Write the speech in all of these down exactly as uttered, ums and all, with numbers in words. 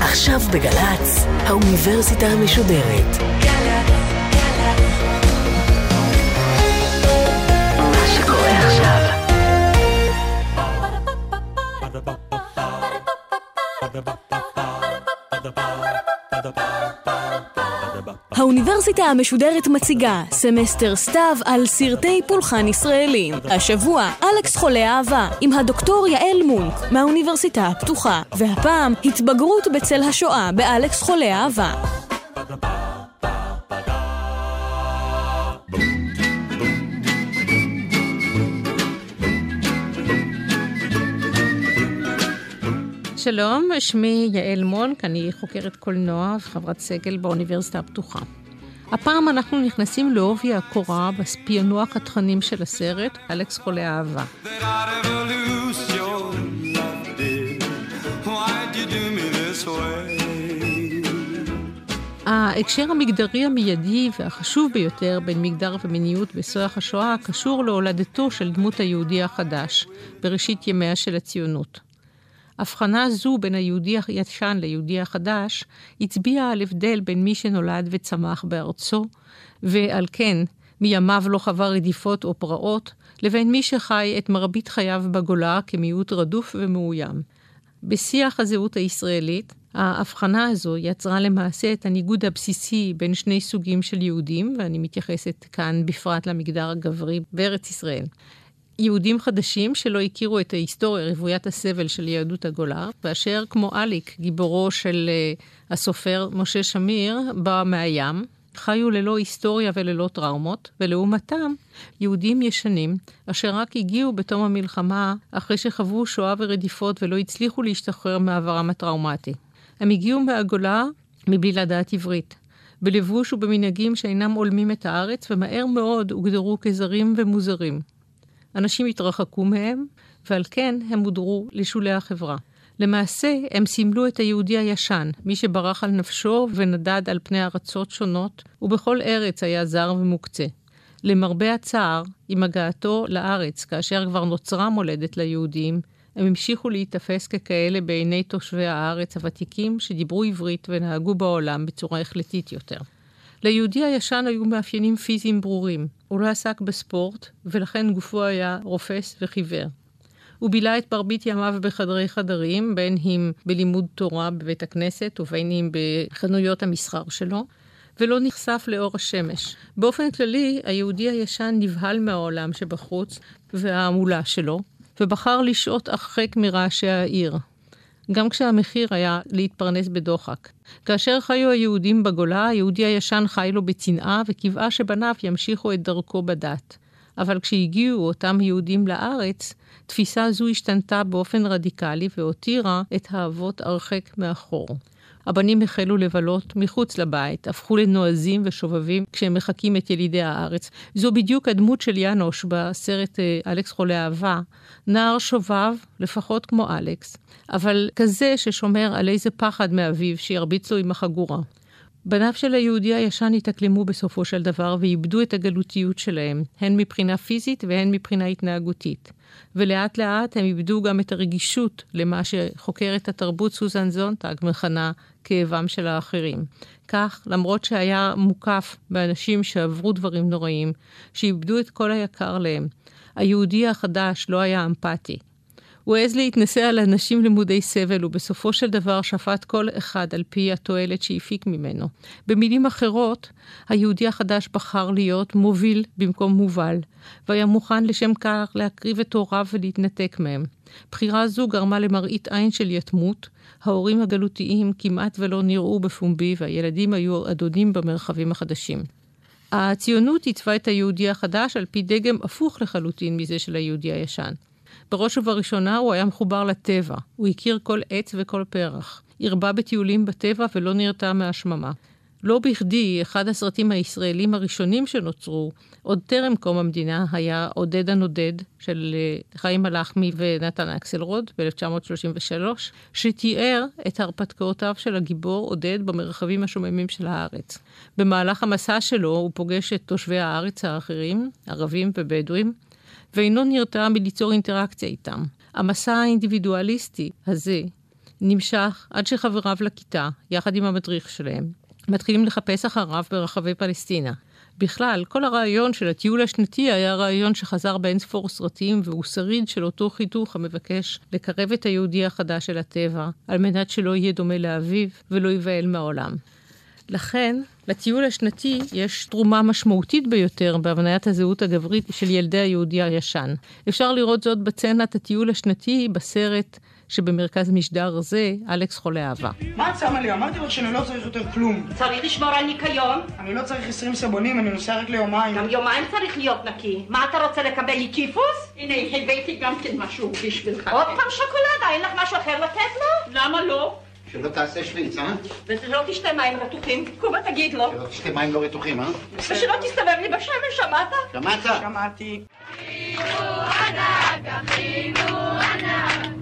עכשיו בגלץ, האוניברסיטה המשודרת. מה שקורה עכשיו. האוניברסיטה המשודרת מציגה סמסטר סתיו על סרטי פולחן ישראלים. השבוע אלכס חולה אהבה עם הדוקטור יעל מונק מהאוניברסיטה הפתוחה, והפעם התבגרות בצל השואה באלכס חולה אהבה. שלום, שמי יעל מונק, אני חוקרת קולנוע וחברת סגל באוניברסיטה הפתוחה. הפעם אנחנו נכנסים לעובי הקורה בספיונוח התכנים של הסרט, אלכס חולה אהבה. ההקשר המגדרי המיידי והחשוב ביותר בין מגדר ומיניות בסויח השואה קשור להולדתו של דמות היהודי החדש בראשית ימיה של הציונות. הבחנה זו בין היהודי הישן ליהודי החדש הצביעה על הבדל בין מי שנולד וצמח בארצו, ועל כן מימיו לא חווה רדיפות או פרעות, לבין מי שחי את מרבית חייו בגולה כמיעוט רדוף ומאוים. בשיח הזהות הישראלית, ההבחנה הזו יצרה למעשה את הניגוד הבסיסי בין שני סוגים של יהודים, ואני מתייחסת כאן בפרט למגדר הגברי בארץ ישראל. יהודים חדשים שלא הכירו את ההיסטוריה רוויית הסבל של יהדות הגולה, ואשר כמו אליק, גיבורו של uh, הסופר משה שמיר, בא מהים, חיו ללא היסטוריה וללא טראומות, ולעומתם יהודים ישנים, אשר רק הגיעו בתום המלחמה אחרי שחוו שואה ורדיפות ולא הצליחו להשתחרר מעברם הטראומטי. הם הגיעו מהגולה מבלי לדעת עברית, בלבוש ובמנהגים שאינם עולמים את הארץ, ומהר מאוד הוגדרו כזרים ומוזרים. אנשים התרחקו מהם, ועל כן הם מודרו לשולי החברה. למעשה, הם סימלו את היהודי הישן, מי שברח על נפשו ונדד על פני ארצות שונות, ובכל ארץ היה זר ומוקצה. למרבה הצער, עם הגעתו לארץ, כאשר כבר נוצרה מולדת ליהודים, הם המשיכו להתאפס ככאלה בעיני תושבי הארץ הוותיקים שדיברו עברית ונהגו בעולם בצורה החלטית יותר. ליהודי הישן היו מאפיינים פיזיים ברורים. הוא לא עסק בספורט, ולכן גופו היה רופס וחיוור. הוא בילה את מרבית ימיו בחדרי חדרים, בין אם בלימוד תורה בבית הכנסת, ובין אם בחנויות המסחר שלו, ולא נחשף לאור השמש. באופן כללי, היהודי הישן נבהל מהעולם שבחוץ והעמולה שלו, ובחר לשעות הרחק מרעשי העיר. גם כשהמחיר היה להתפרנס בדוחק. כאשר חיו היהודים בגולה, היהודי הישן חי לו בצנעה וקיווה שבניו ימשיכו את דרכו בדת. אבל כשהגיעו אותם יהודים לארץ, תפיסה זו השתנתה באופן רדיקלי והותירה את האבות הרחק מאחור. הבנים החלו לבלות מחוץ לבית, הפכו לנועזים ושובבים כשהם מחכים את ילידי הארץ. זו בדיוק הדמות של ינוש בסרט אלכס חולה אהבה, נער שובב, לפחות כמו אלכס, אבל כזה ששומר על איזה פחד מאביו שירביץ לו עם החגורה. בניו של היהודי הישן התאקלמו בסופו של דבר ואיבדו את הגלותיות שלהם, הן מבחינה פיזית והן מבחינה התנהגותית. ולאט לאט הם איבדו גם את הרגישות למה שחוקרת התרבות סוזן זונטג מכנה כאבם של האחרים. כך, למרות שהיה מוקף באנשים שעברו דברים נוראים, שאיבדו את כל היקר להם, היהודי החדש לא היה אמפתי. הוא העז להתנסה על אנשים למודי סבל, ובסופו של דבר שפט כל אחד על פי התועלת שהפיק ממנו. במילים אחרות, היהודי החדש בחר להיות מוביל במקום מובל, והיה מוכן לשם כך להקריב את הוריו ולהתנתק מהם. בחירה זו גרמה למראית עין של יתמות, ההורים הגלותיים כמעט ולא נראו בפומבי, והילדים היו אדונים במרחבים החדשים. הציונות עיצבה את היהודי החדש על פי דגם הפוך לחלוטין מזה של היהודי הישן. בראש ובראשונה הוא היה מחובר לטבע, הוא הכיר כל עץ וכל פרח, הרבה בטיולים בטבע ולא נרתע מהשממה. לא בכדי, אחד הסרטים הישראלים הראשונים שנוצרו, עוד טרם קום המדינה, היה עודד הנודד של חיים מלאכמי ונתן אקסלרוד ב-אלף תשע מאות שלושים ושלוש, שתיאר את הרפתקאותיו של הגיבור עודד במרחבים השוממים של הארץ. במהלך המסע שלו הוא פוגש את תושבי הארץ האחרים, ערבים ובדואים, ואינו נרתע מליצור אינטראקציה איתם. המסע האינדיבידואליסטי הזה נמשך עד שחבריו לכיתה, יחד עם המדריך שלהם, מתחילים לחפש אחריו ברחבי פלסטינה. בכלל, כל הרעיון של הטיול השנתי היה רעיון שחזר באין ספור סרטים, והוא שריד של אותו חיתוך המבקש לקרב את היהודי החדש אל הטבע, על מנת שלא יהיה דומה לאביו ולא ייבהל מהעולם. לכן, לטיול השנתי יש תרומה משמעותית ביותר בהבניית הזהות הגברית של ילדי היהודי הישן. אפשר לראות זאת בצנת הטיול השנתי בסרט שבמרכז משדר זה, אלכס חולה אהבה. מה את שמה לי? אמרתי לך שאני לא צריך יותר כלום. צריך לשמור על ניקיון. אני לא צריך עשרים סבונים, אני נוסע רק ליומיים. גם יומיים צריך להיות נקי. מה אתה רוצה לקבל לי טיפוס? הנה, הבאתי גם כן משהו בשבילך. עוד פעם שוקולדה, אין לך משהו אחר לתת לו? למה לא? שלא תעשה שוויץ, אה? ושלא תשתה מים רתוכים. קומה תגיד לו. שלא תשתה מים לא רתוכים, אה? ושלא תסתובב לי בשמש, שמעת? שמעת? שמעתי. חינו ענק, חינו ענק,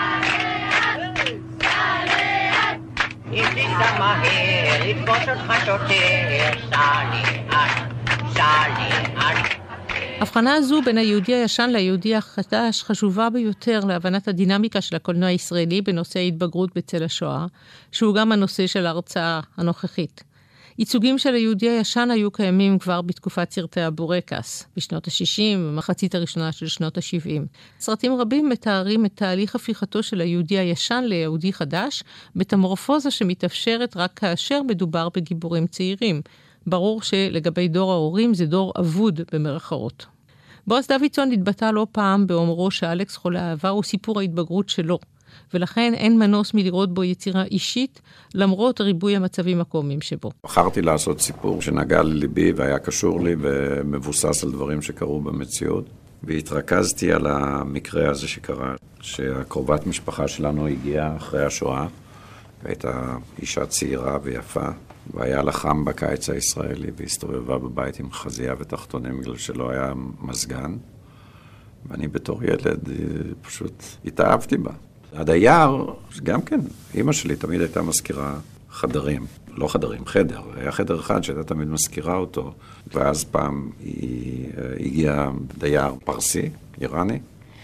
אם תיסע מהר, יתפוס אותך שוטר, סע לאט, סע לאט. הבחנה הזו בין היהודי הישן ליהודי החדש חשובה ביותר להבנת הדינמיקה של הקולנוע הישראלי בנושא ההתבגרות בצל השואה, שהוא גם הנושא של ההרצאה הנוכחית. ייצוגים של היהודי הישן היו קיימים כבר בתקופת סרטי הבורקס, בשנות ה-שישים, במחצית הראשונה של שנות ה-שבעים. סרטים רבים מתארים את תהליך הפיכתו של היהודי הישן ליהודי חדש, מטמורפוזה שמתאפשרת רק כאשר מדובר בגיבורים צעירים. ברור שלגבי דור ההורים זה דור אבוד במרכאות. בועז דוידסון התבטא לא פעם באומרו שאלכס חולה אהבה הוא סיפור ההתבגרות שלו, ולכן אין מנוס מלראות בו יצירה אישית, למרות ריבוי המצבים הקומיים שבו. בחרתי לעשות סיפור שנגע לליבי והיה קשור לי ומבוסס על דברים שקרו במציאות, והתרכזתי על המקרה הזה שקרה, שהקרובת משפחה שלנו הגיעה אחרי השואה, והייתה אישה צעירה ויפה, והיה לה חם בקיץ הישראלי, והסתובבה בבית עם חזייה ותחתונים בגלל שלא היה מזגן, ואני בתור ילד פשוט התאהבתי בה. הדייר, גם כן, אמא שלי תמיד הייתה מזכירה חדרים, לא חדרים, חדר, היה חדר אחד שהייתה תמיד מזכירה אותו, ואז פעם היא הגיעה דייר פרסי, איראני,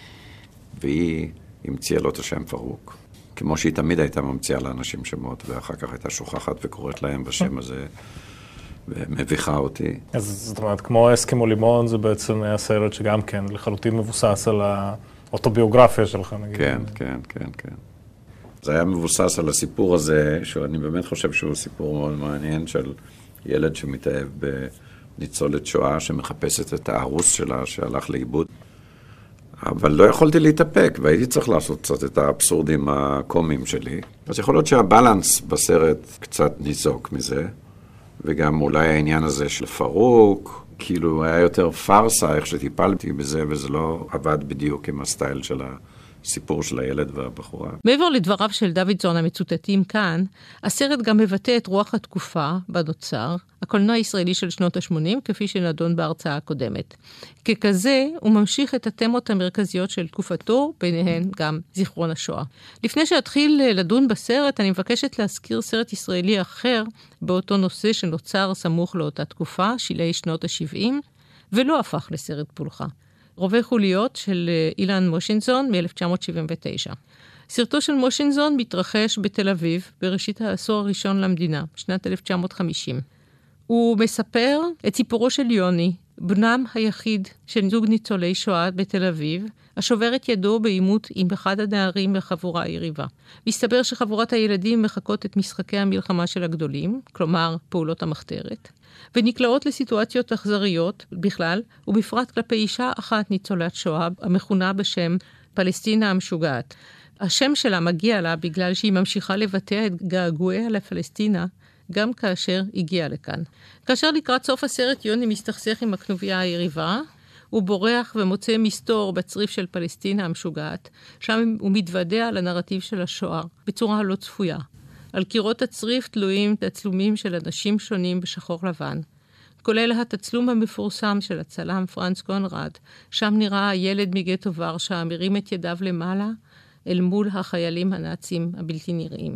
והיא המציאה לו את השם פרוק. כמו שהיא תמיד הייתה ממציאה לאנשים שמות, ואחר כך הייתה שוכחת וקוראת להם בשם הזה, ומביכה אותי. אז זאת אומרת, כמו אסקימו לימון, זה בעצם היה סרט שגם כן לחלוטין מבוסס על האוטוביוגרפיה שלך, נגיד. כן, כן, כן, כן. זה היה מבוסס על הסיפור הזה, שאני באמת חושב שהוא סיפור מאוד מעניין, של ילד שמתאהב בניצולת שואה, שמחפשת את הארוס שלה, שהלך לאיבוד. אבל לא יכולתי להתאפק, והייתי צריך לעשות קצת את האבסורדים הקומיים שלי. אז יכול להיות שהבלנס בסרט קצת ניזוק מזה, וגם אולי העניין הזה של פרוק, כאילו היה יותר פרסה איך שטיפלתי בזה, וזה לא עבד בדיוק עם הסטייל של הסיפור של הילד והבחורה. מעבר לדבריו של דוידסון המצוטטים כאן, הסרט גם מבטא את רוח התקופה בנוצר, הקולנוע הישראלי של שנות ה-שמונים, כפי שנדון בהרצאה הקודמת. ככזה, הוא ממשיך את התמות המרכזיות של תקופתו, ביניהן גם זיכרון השואה. לפני שאתחיל לדון בסרט, אני מבקשת להזכיר סרט ישראלי אחר, באותו נושא שנוצר סמוך לאותה תקופה, שילי שנות ה-שבעים, ולא הפך לסרט פולחה. רובי חוליות של אילן מושינזון מ-אלף תשע מאות שבעים ותשע. סרטו של מושינזון מתרחש בתל אביב, בראשית העשור הראשון למדינה, שנת אלף תשע מאות חמישים. הוא מספר את סיפורו של יוני, בנם היחיד של זוג ניצולי שואה בתל אביב, השובר את ידו בעימות עם אחד הנערים בחבורה היריבה. מסתבר שחבורת הילדים מחכות את משחקי המלחמה של הגדולים, כלומר פעולות המחתרת, ונקלעות לסיטואציות אכזריות בכלל, ובפרט כלפי אישה אחת ניצולת שואה, המכונה בשם פלסטינה המשוגעת. השם שלה מגיע לה בגלל שהיא ממשיכה לבטא את געגועיה לפלסטינה, גם כאשר הגיעה לכאן. כאשר לקראת סוף הסרט יוני מסתכסך עם הכנופיה היריבה, הוא בורח ומוצא מסתור בצריף של פלסטינה המשוגעת, שם הוא מתוודע על הנרטיב של השואה, בצורה לא צפויה. על קירות הצריף תלויים תצלומים של אנשים שונים בשחור לבן, כולל התצלום המפורסם של הצלם פרנץ קונרד, שם נראה הילד מגטו ורשה מרים את ידיו למעלה אל מול החיילים הנאצים הבלתי נראים.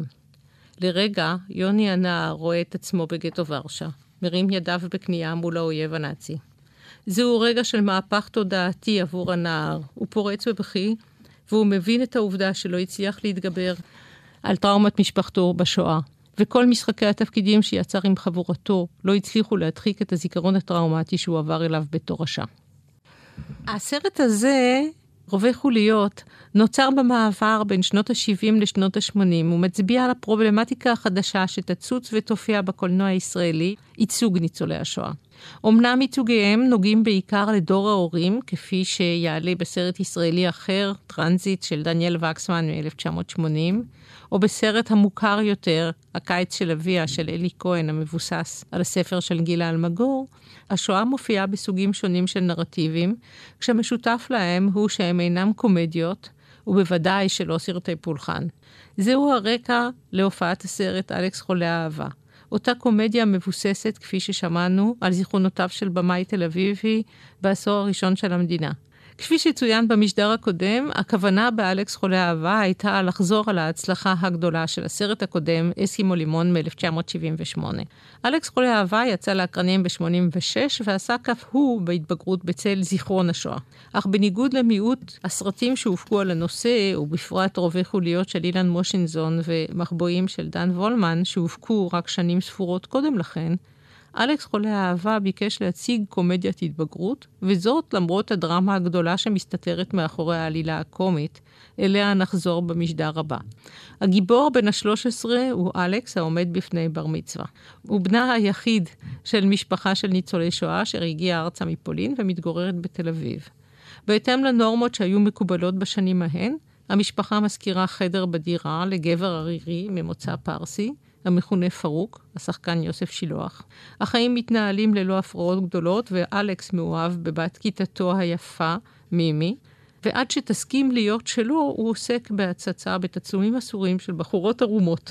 לרגע, יוני הנער רואה את עצמו בגטו ורשה, מרים ידיו בכניעה מול האויב הנאצי. זהו רגע של מהפך תודעתי עבור הנער. הוא פורץ בבכי, והוא מבין את העובדה שלא הצליח להתגבר על טראומת משפחתו בשואה. וכל משחקי התפקידים שיצר עם חבורתו לא הצליחו להדחיק את הזיכרון הטראומטי שהוא עבר אליו בתור רשע. הסרט הזה, רובי חוליות, נוצר במעבר בין שנות ה-שבעים לשנות ה-שמונים, ומצביע על הפרובלמטיקה החדשה שתצוץ ותופיע בקולנוע הישראלי, ייצוג ניצולי השואה. אמנם ייצוגיהם נוגעים בעיקר לדור ההורים, כפי שיעלה בסרט ישראלי אחר, טרנזיט של דניאל וקסמן מ-אלף תשע מאות שמונים, או בסרט המוכר יותר, הקיץ של אביה של אלי כהן, המבוסס על הספר של גילה אלמגור, השואה מופיעה בסוגים שונים של נרטיבים, כשהמשותף להם הוא שהם אינם קומדיות, ובוודאי שלא סרטי פולחן. זהו הרקע להופעת הסרט אלכס חולה אהבה. אותה קומדיה מבוססת, כפי ששמענו, על זיכרונותיו של במאי תל אביבי בעשור הראשון של המדינה. כפי שצוין במשדר הקודם, הכוונה באלכס חולה אהבה הייתה לחזור על ההצלחה הגדולה של הסרט הקודם, אסקימו לימון מ-אלף תשע מאות שבעים ושמונה. אלכס חולה אהבה יצא לאקרנים ב-שמונים ושש ועסק אף הוא בהתבגרות בצל זיכרון השואה. אך בניגוד למיעוט הסרטים שהופקו על הנושא, ובפרט רובי חוליות של אילן מושינזון ומחבואים של דן וולמן, שהופקו רק שנים ספורות קודם לכן, אלכס חולה האהבה ביקש להציג קומדיית התבגרות, וזאת למרות הדרמה הגדולה שמסתתרת מאחורי העלילה הקומית, אליה נחזור במשדר הבא. הגיבור בן ה-שלוש עשרה הוא אלכס העומד בפני בר מצווה. הוא בנה היחיד של משפחה של ניצולי שואה, אשר הגיעה ארצה מפולין ומתגוררת בתל אביב. בהתאם לנורמות שהיו מקובלות בשנים ההן, המשפחה מזכירה חדר בדירה לגבר ערירי ממוצא פרסי, המכונה פרוק, השחקן יוסף שילוח. החיים מתנהלים ללא הפרעות גדולות, ואלכס מאוהב בבת כיתתו היפה, מימי, ועד שתסכים להיות שלו, הוא עוסק בהצצה בתצלומים אסורים של בחורות ערומות.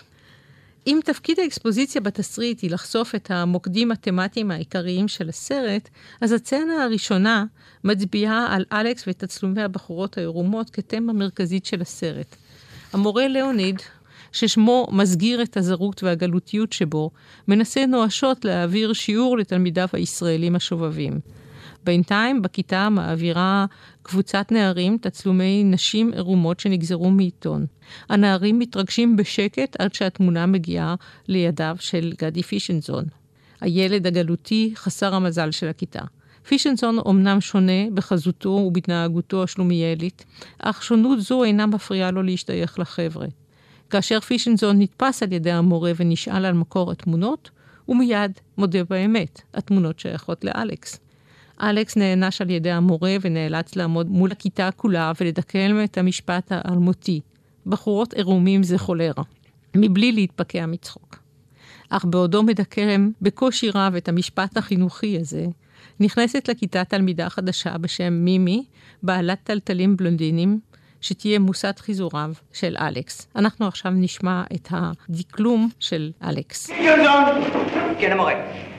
אם תפקיד האקספוזיציה בתסריט היא לחשוף את המוקדים התמטיים העיקריים של הסרט, אז הצצנה הראשונה מצביעה על אלכס ותצלומי הבחורות הערומות כתמה מרכזית של הסרט. המורה ליאוניד, ששמו מסגיר את הזרות והגלותיות שבו, מנסה נואשות להעביר שיעור לתלמידיו הישראלים השובבים. בינתיים בכיתה מעבירה קבוצת נערים תצלומי נשים ערומות שנגזרו מעיתון. הנערים מתרגשים בשקט עד שהתמונה מגיעה לידיו של גדי פישנזון, הילד הגלותי חסר המזל של הכיתה. פישנזון אומנם שונה בחזותו ובהתנהגותו השלומיאלית, אך שונות זו אינה מפריעה לו להשתייך לחבר'ה. כאשר פישנזון נתפס על ידי המורה ונשאל על מקור התמונות, הוא מיד מודה באמת, התמונות שייכות לאלכס. אלכס נענש על ידי המורה ונאלץ לעמוד מול הכיתה כולה ולדקל את המשפט האלמותי. בחורות עירומים זה חולרה, מבלי להתפקע מצחוק. אך בעודו מדקרם בקושי רב את המשפט החינוכי הזה, נכנסת לכיתה תלמידה חדשה בשם מימי, בעלת טלטלים בלונדינים, שתהיה מוסד חיזוריו של אלכס. אנחנו עכשיו נשמע את הדקלום של אלכס. כן, המורה.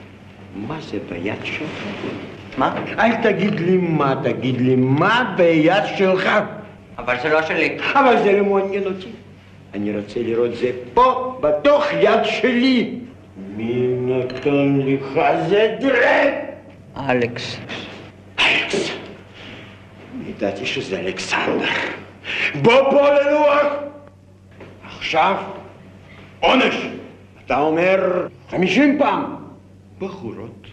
מה זה ביד שלך? מה? אל תגיד לי מה, תגיד לי מה ביד שלך. אבל זה לא שלי. אבל זה לא מעניין אותי. אני רוצה לראות זה פה, בתוך יד שלי. מי נתן לך זה דרק? אלכס. אלכס. ידעתי שזה אלכסנדר. בוא פה ללוח. עכשיו, עונש. אתה אומר חמישים פעם. בחורות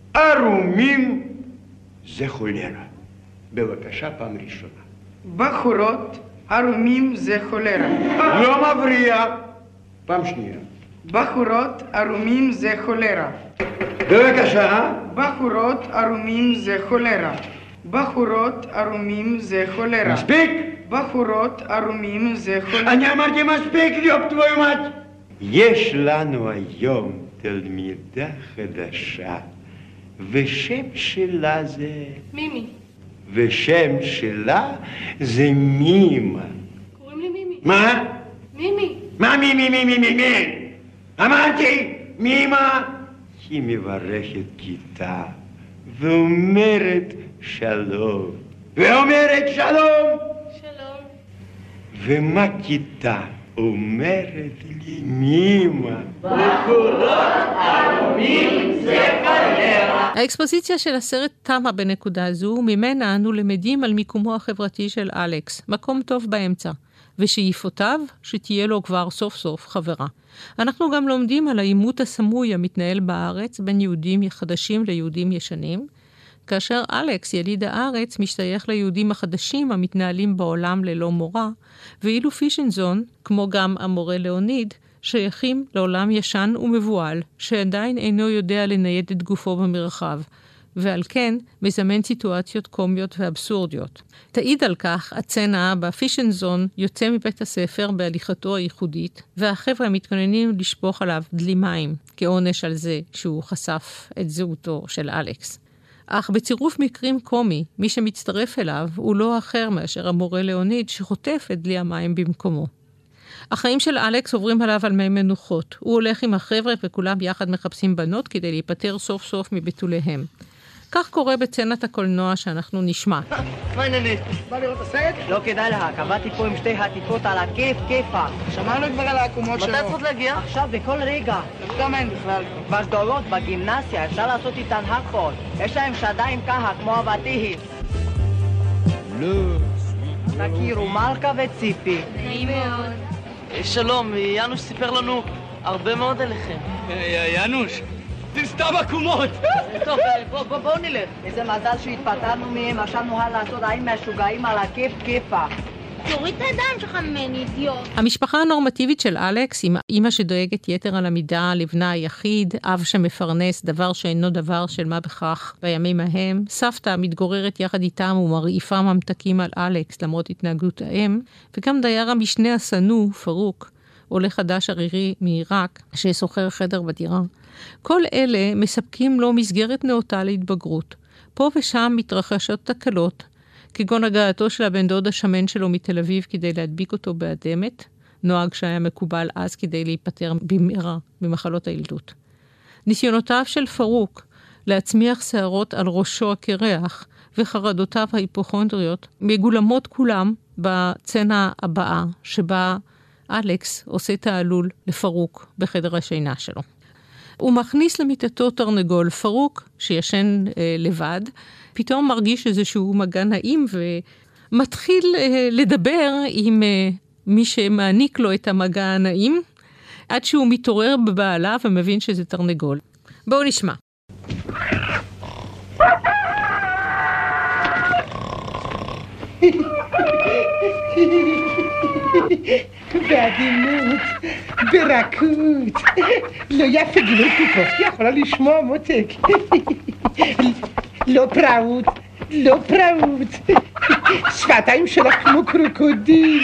ערומים זה חולרה. בבקשה, פעם ראשונה. בחורות ערומים זה חולרה. לא מבריע. פעם שנייה. בחורות ערומים זה חולרה. בבקשה. בחורות ערומים זה חולרה. בחורות ערומים זה חולרה. מספיק? בחורות ערומים זה חולרה. אני אמרתי מספיק, יופ твою מать. יש לנו היום תלמידה חדשה, ושם שלה זה... מימי. ושם שלה זה מימה. קוראים לי מימי. מה? מימי. מה מי מי מי מי מי מי? אמרתי, מימה. היא מברכת כיתה ואומרת שלום. ואומרת שלום. שלום. ומה כיתה אומרת לי מימה? האקספוזיציה של הסרט תמה בנקודה זו, ממנה אנו למדים על מיקומו החברתי של אלכס, מקום טוב באמצע, ושאיפותיו שתהיה לו כבר סוף סוף חברה. אנחנו גם לומדים על העימות הסמוי המתנהל בארץ בין יהודים חדשים ליהודים ישנים, כאשר אלכס, יליד הארץ, משתייך ליהודים החדשים המתנהלים בעולם ללא מורא, ואילו פישנזון, כמו גם המורה לאוניד, שייכים לעולם ישן ומבועל, שעדיין אינו יודע לנייד את גופו במרחב, ועל כן מזמן סיטואציות קומיות ואבסורדיות. תעיד על כך הצנה בה פישנזון יוצא מבית הספר בהליכתו הייחודית, והחבר'ה מתכוננים לשפוך עליו דלי מים, כעונש על זה שהוא חשף את זהותו של אלכס. אך בצירוף מקרים קומי, מי שמצטרף אליו הוא לא אחר מאשר המורה לאוניד שחוטף את דלי המים במקומו. החיים של אלכס עוברים עליו על מי מנוחות. הוא הולך עם החבר'ה וכולם יחד מחפשים בנות כדי להיפטר סוף סוף מביטוליהם. כך קורה בצנת הקולנוע שאנחנו נשמע. מה ענייני? בא לראות את הסרט? לא כדאי לך, קבעתי פה עם שתי העתיקות על הכיף כיפה. שמענו כבר על העקומות שלו. מתי צריכות להגיע? עכשיו, בכל רגע. כמה אין בכלל? בשדולות, בגימנסיה, אפשר לעשות איתן הכל. יש להם שדיים ככה, כמו אבטיהי. לא. תכירו, מלכה וציפי. נעים מאוד. שלום, ינוש סיפר לנו הרבה מאוד עליכם. ינוש, תסתום עקומות! טוב, בואו נלך. איזה מזל שהתפטרנו מהם, עכשיו נוכל לעשות עין מהשוגעים על הכיף כיפה. תוריד את הידיים שלך ממני, אידיוט. המשפחה הנורמטיבית של אלכס, עם אמא שדואגת יתר על המידה לבנה היחיד, אב שמפרנס דבר שאינו דבר של מה בכך בימים ההם, סבתא מתגוררת יחד איתם ומרעיפה ממתקים על אלכס למרות התנהגות האם, וגם דייר המשנה הסנוע, פרוק, עולה חדש ערירי מעיראק, שסוחר חדר בדירה. כל אלה מספקים לו מסגרת נאותה להתבגרות. פה ושם מתרחשות תקלות, כגון הגעתו של הבן דוד השמן שלו מתל אביב כדי להדביק אותו באדמת, נוהג שהיה מקובל אז כדי להיפטר במהרה במחלות הילדות. ניסיונותיו של פרוק להצמיח שערות על ראשו הקרח וחרדותיו ההיפוכונדריות מגולמות כולם בצנה הבאה שבה אלכס עושה תעלול לפרוק בחדר השינה שלו. הוא מכניס למיטתו תרנגול. פרוק, שישן אה, לבד, פתאום מרגיש איזשהו מגע נעים ומתחיל אה, לדבר עם אה, מי שמעניק לו את המגע הנעים, עד שהוא מתעורר בבעלה ומבין שזה תרנגול. בואו נשמע. בעדינות, ברכות, לא יפה גילוי קופוסקי יכולה לשמוע מותק. לא פראות, לא פראות, שפתיים שלך כמו קרוקודיל.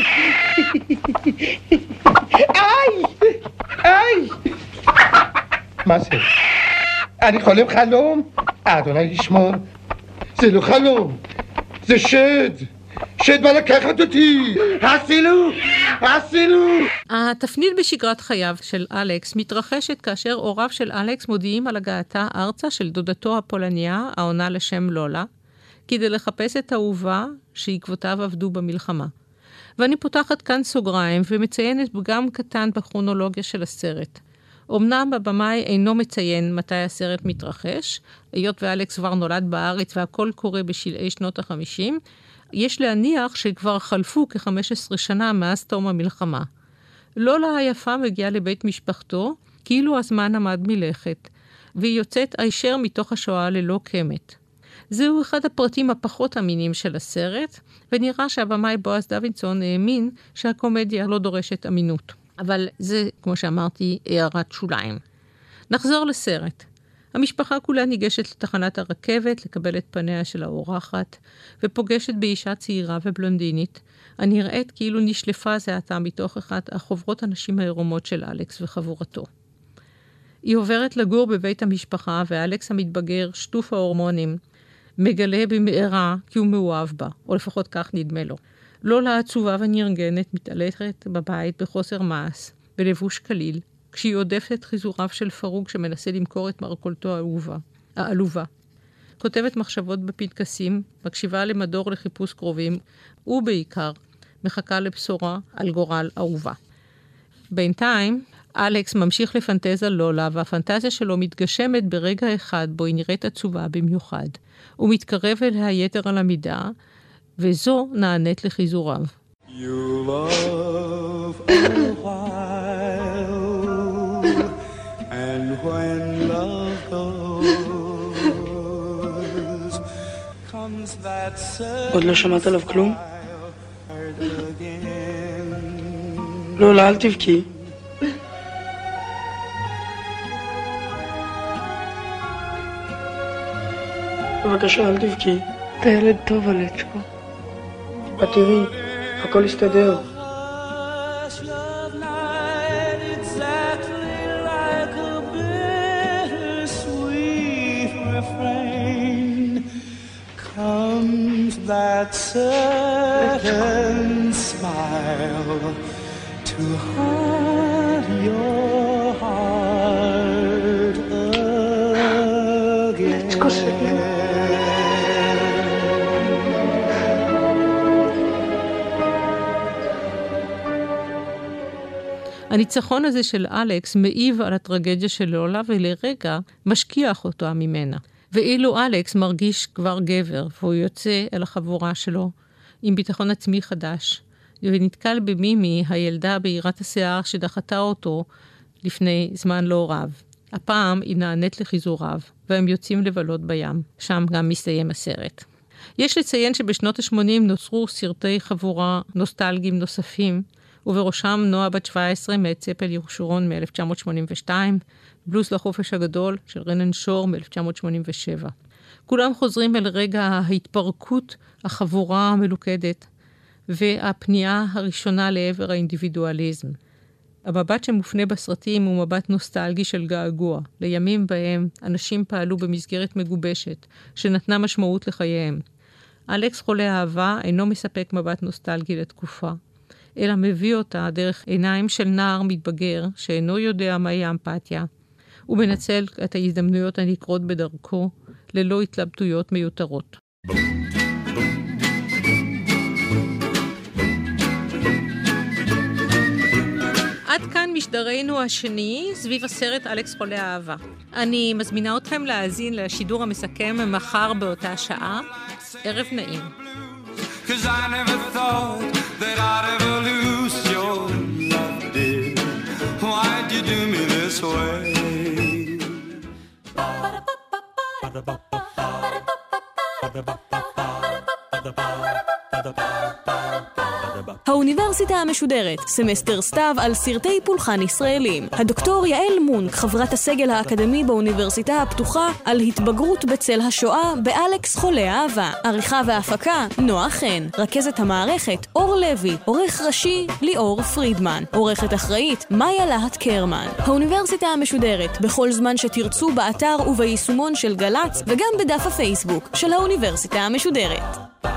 איי, איי. מה זה? אני חולם חלום? אדוני ישמור, זה לא חלום, זה שד. שד בא לקחת אותי, עשינו, עשינו. התפנית בשגרת חייו של אלכס מתרחשת כאשר הוריו של אלכס מודיעים על הגעתה ארצה של דודתו הפולניה, העונה לשם לולה, כדי לחפש את האהובה שעקבותיו עבדו במלחמה. ואני פותחת כאן סוגריים ומציינת פגם קטן בכרונולוגיה של הסרט. אמנם הבמאי אינו מציין מתי הסרט מתרחש, היות ואלכס כבר נולד בארץ והכל קורה בשלהי שנות החמישים, יש להניח שכבר חלפו כ-חמש עשרה שנה מאז תום המלחמה. לולה היפה מגיעה לבית משפחתו, כאילו הזמן עמד מלכת, והיא יוצאת הישר מתוך השואה ללא קמת. זהו אחד הפרטים הפחות אמינים של הסרט, ונראה שהבמאי בועז דוידסון האמין שהקומדיה לא דורשת אמינות. אבל זה, כמו שאמרתי, הערת שוליים. נחזור לסרט. המשפחה כולה ניגשת לתחנת הרכבת לקבל את פניה של האורחת, ופוגשת באישה צעירה ובלונדינית, הנראית כאילו נשלפה זה עתה מתוך אחת החוברות הנשים העירומות של אלכס וחבורתו. היא עוברת לגור בבית המשפחה, ואלכס המתבגר, שטוף ההורמונים, מגלה במהרה כי הוא מאוהב בה, או לפחות כך נדמה לו. לולה עצובה ונרגנת מתעלתת בבית בחוסר מעש, בלבוש קליל, כשהיא עודפת את חיזוריו של פרוק שמנסה למכור את מרכולתו העלובה. העלובה. כותבת מחשבות בפנקסים, מקשיבה למדור לחיפוש קרובים, ובעיקר מחכה לבשורה על גורל אהובה. בינתיים, אלכס ממשיך לפנטז על לולה, והפנטזיה שלו מתגשמת ברגע אחד בו היא נראית עצובה במיוחד. הוא מתקרב אליה יתר על המידה, וזו נענית לחיזוריו. You love a while, and when love goes, comes that עוד לא שמעת עליו כלום? לא, לא, אל תבכי. בבקשה, אל תבכי. אתה ילד טוב, אלצ'קו. את תראי, הכל יסתדר. That certain smile to haunt your heart again. הניצחון הזה של אלכס מעיב על הטרגדיה של לולה ולרגע משכיח אותו ממנה. ואילו אלכס מרגיש כבר גבר, והוא יוצא אל החבורה שלו עם ביטחון עצמי חדש, ונתקל במימי, הילדה בעירת השיער שדחתה אותו לפני זמן לא רב. הפעם היא נענית לחיזוריו, והם יוצאים לבלות בים. שם גם מסתיים הסרט. יש לציין שבשנות ה-שמונים נוצרו סרטי חבורה נוסטלגיים נוספים, ובראשם נועה בת שבע עשרה מאת צפל ירושורון מ-אלף תשע מאות שמונים ושתיים, בלוז לחופש הגדול של רנן שור מ-אלף תשע מאות שמונים ושבע. כולם חוזרים אל רגע ההתפרקות החבורה המלוכדת, והפנייה הראשונה לעבר האינדיבידואליזם. המבט שמופנה בסרטים הוא מבט נוסטלגי של געגוע, לימים בהם אנשים פעלו במסגרת מגובשת, שנתנה משמעות לחייהם. אלכס חולה אהבה אינו מספק מבט נוסטלגי לתקופה, אלא מביא אותה דרך עיניים של נער מתבגר, שאינו יודע מהי אמפתיה, הוא מנצל את ההזדמנויות הנקרות בדרכו, ללא התלבטויות מיותרות. עד כאן משדרנו השני, סביב הסרט אלכס חולה אהבה. אני מזמינה אתכם להאזין לשידור המסכם מחר באותה שעה. ערב נעים. Cause I never thought that I'd ever lose your love, dear. Why'd you do me this way? האוניברסיטה המשודרת, סמסטר סתיו על סרטי פולחן ישראלים. הדוקטור יעל מונק, חברת הסגל האקדמי באוניברסיטה הפתוחה, על התבגרות בצל השואה באלכס חולה אהבה. עריכה והפקה, נועה חן. רכזת המערכת, אור לוי. עורך ראשי, ליאור פרידמן. עורכת אחראית, מאיה להט קרמן. האוניברסיטה המשודרת, בכל זמן שתרצו באתר וביישומון של גלץ, וגם בדף הפייסבוק של האוניברסיטה המשודרת.